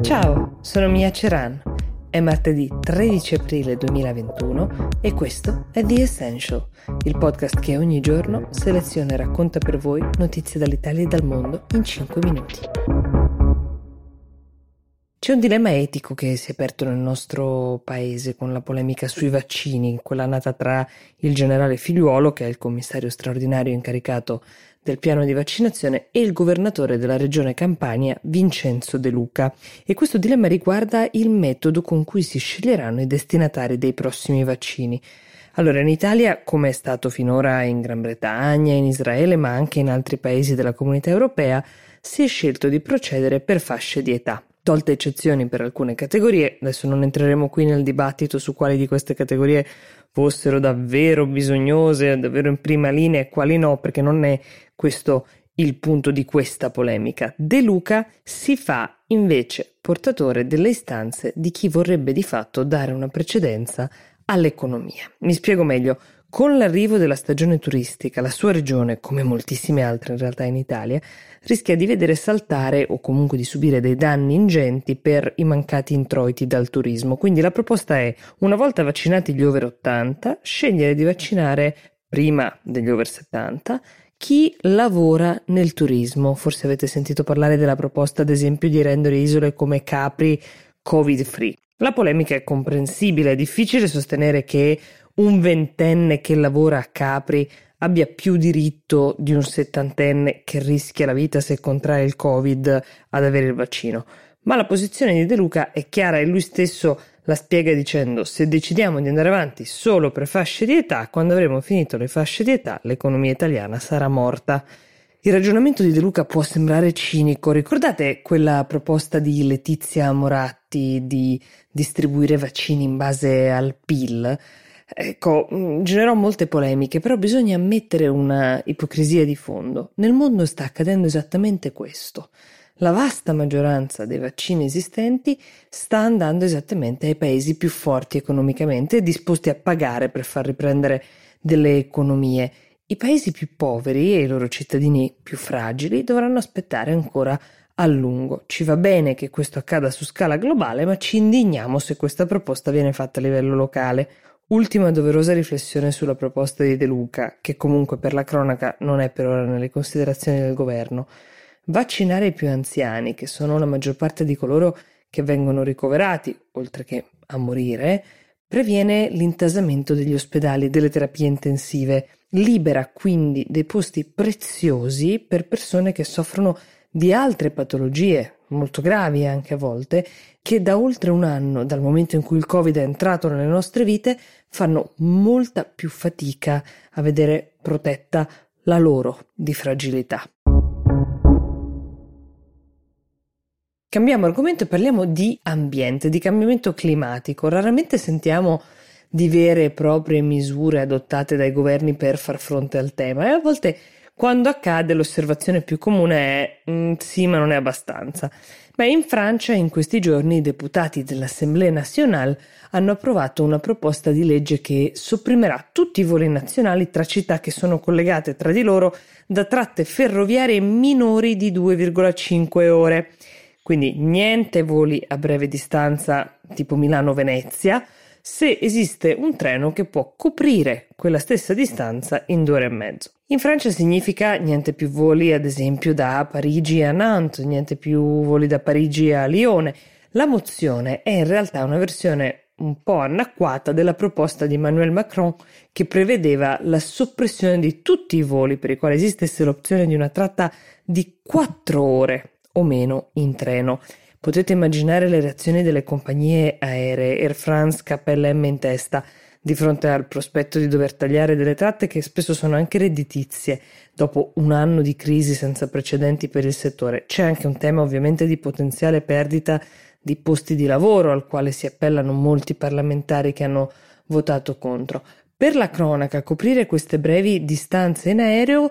Ciao, sono Mia Ceran. È martedì 13 aprile 2021 e questo è The Essential, il podcast che ogni giorno seleziona e racconta per voi notizie dall'Italia e dal mondo in 5 minuti. C'è un dilemma etico che si è aperto nel nostro paese con la polemica sui vaccini, quella nata tra il generale Figliuolo, che è il commissario straordinario incaricato del piano di vaccinazione, e il governatore della regione Campania, Vincenzo De Luca. E questo dilemma riguarda il metodo con cui si sceglieranno i destinatari dei prossimi vaccini. Allora, in Italia, come è stato finora in Gran Bretagna, in Israele, ma anche in altri paesi della Comunità Europea, si è scelto di procedere per fasce di età. Tolte eccezioni per alcune categorie, adesso non entreremo qui nel dibattito su quali di queste categorie fossero davvero bisognose, davvero in prima linea e quali no, perché non è questo il punto di questa polemica. De Luca si fa invece portatore delle istanze di chi vorrebbe di fatto dare una precedenza all'economia. Mi spiego meglio. Con l'arrivo della stagione turistica, la sua regione, come moltissime altre in realtà in Italia, rischia di vedere saltare o comunque di subire dei danni ingenti per i mancati introiti dal turismo. Quindi la proposta è, una volta vaccinati gli over 80, scegliere di vaccinare prima degli over 70 chi lavora nel turismo. Forse avete sentito parlare della proposta, ad esempio, di rendere isole come Capri covid-free. La polemica è comprensibile, è difficile sostenere che un ventenne che lavora a Capri abbia più diritto di un settantenne che rischia la vita se contrae il Covid ad avere il vaccino. Ma la posizione di De Luca è chiara e lui stesso la spiega dicendo: se decidiamo di andare avanti solo per fasce di età, quando avremo finito le fasce di età, l'economia italiana sarà morta. Il ragionamento di De Luca può sembrare cinico. Ricordate quella proposta di Letizia Moratti di distribuire vaccini in base al PIL? Ecco, generò molte polemiche, però bisogna ammettere una ipocrisia di fondo. Nel mondo sta accadendo esattamente questo. La vasta maggioranza dei vaccini esistenti sta andando esattamente ai paesi più forti economicamente e disposti a pagare per far riprendere delle economie. I paesi più poveri e i loro cittadini più fragili dovranno aspettare ancora a lungo. Ci va bene che questo accada su scala globale, ma ci indigniamo se questa proposta viene fatta a livello locale. Ultima doverosa riflessione sulla proposta di De Luca, che comunque per la cronaca non è per ora nelle considerazioni del governo. Vaccinare i più anziani, che sono la maggior parte di coloro che vengono ricoverati, oltre che a morire, previene l'intasamento degli ospedali e delle terapie intensive, libera quindi dei posti preziosi per persone che soffrono di altre patologie, molto gravi anche a volte, che da oltre un anno, dal momento in cui il Covid è entrato nelle nostre vite, fanno molta più fatica a vedere protetta la loro di fragilità. Cambiamo argomento e parliamo di ambiente, di cambiamento climatico. Raramente sentiamo di vere e proprie misure adottate dai governi per far fronte al tema e a volte quando accade l'osservazione più comune è sì, ma non è abbastanza. Beh, in Francia in questi giorni i deputati dell'Assemblée nationale hanno approvato una proposta di legge che sopprimerà tutti i voli nazionali tra città che sono collegate tra di loro da tratte ferroviarie minori di 2,5 ore. Quindi niente voli a breve distanza tipo Milano-Venezia, se esiste un treno che può coprire quella stessa distanza in 2 ore e mezzo. In Francia significa niente più voli, ad esempio, da Parigi a Nantes, niente più voli da Parigi a Lione. La mozione è in realtà una versione un po' anacquata della proposta di Emmanuel Macron, che prevedeva la soppressione di tutti i voli per i quali esistesse l'opzione di una tratta di 4 ore o meno in treno. Potete immaginare le reazioni delle compagnie aeree, Air France, KLM in testa, di fronte al prospetto di dover tagliare delle tratte che spesso sono anche redditizie, dopo un anno di crisi senza precedenti per il settore. C'è anche un tema ovviamente di potenziale perdita di posti di lavoro, al quale si appellano molti parlamentari che hanno votato contro. Per la cronaca, coprire queste brevi distanze in aereo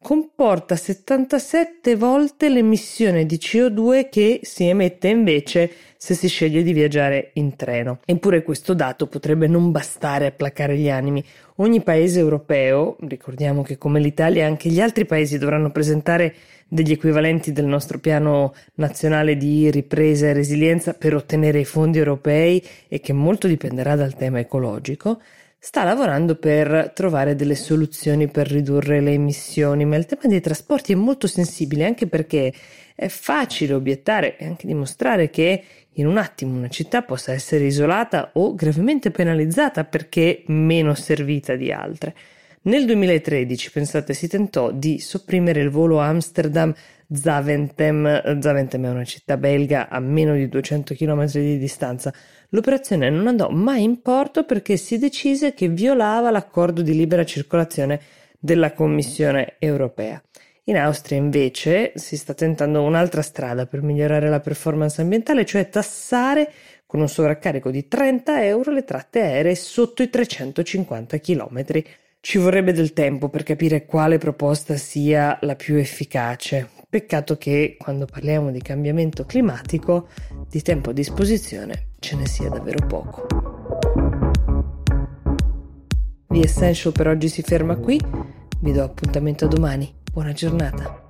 comporta 77 volte l'emissione di CO2 che si emette invece se si sceglie di viaggiare in treno. Eppure questo dato potrebbe non bastare a placare gli animi. Ogni paese europeo, ricordiamo che come l'Italia anche gli altri paesi dovranno presentare degli equivalenti del nostro piano nazionale di ripresa e resilienza per ottenere i fondi europei e che molto dipenderà dal tema ecologico, sta lavorando per trovare delle soluzioni per ridurre le emissioni, ma il tema dei trasporti è molto sensibile anche perché è facile obiettare e anche dimostrare che in un attimo una città possa essere isolata o gravemente penalizzata perché meno servita di altre. Nel 2013, pensate, si tentò di sopprimere il volo Amsterdam-Zaventem. Zaventem è una città belga a meno di 200 km di distanza. L'operazione non andò mai in porto perché si decise che violava l'accordo di libera circolazione della Commissione europea. In Austria invece si sta tentando un'altra strada per migliorare la performance ambientale, cioè tassare con un sovraccarico di 30 euro le tratte aeree sotto i 350 km. Ci vorrebbe del tempo per capire quale proposta sia la più efficace. Peccato che quando parliamo di cambiamento climatico di tempo a disposizione ce ne sia davvero poco. The Essential per oggi si ferma qui, vi do appuntamento a domani. Buona giornata.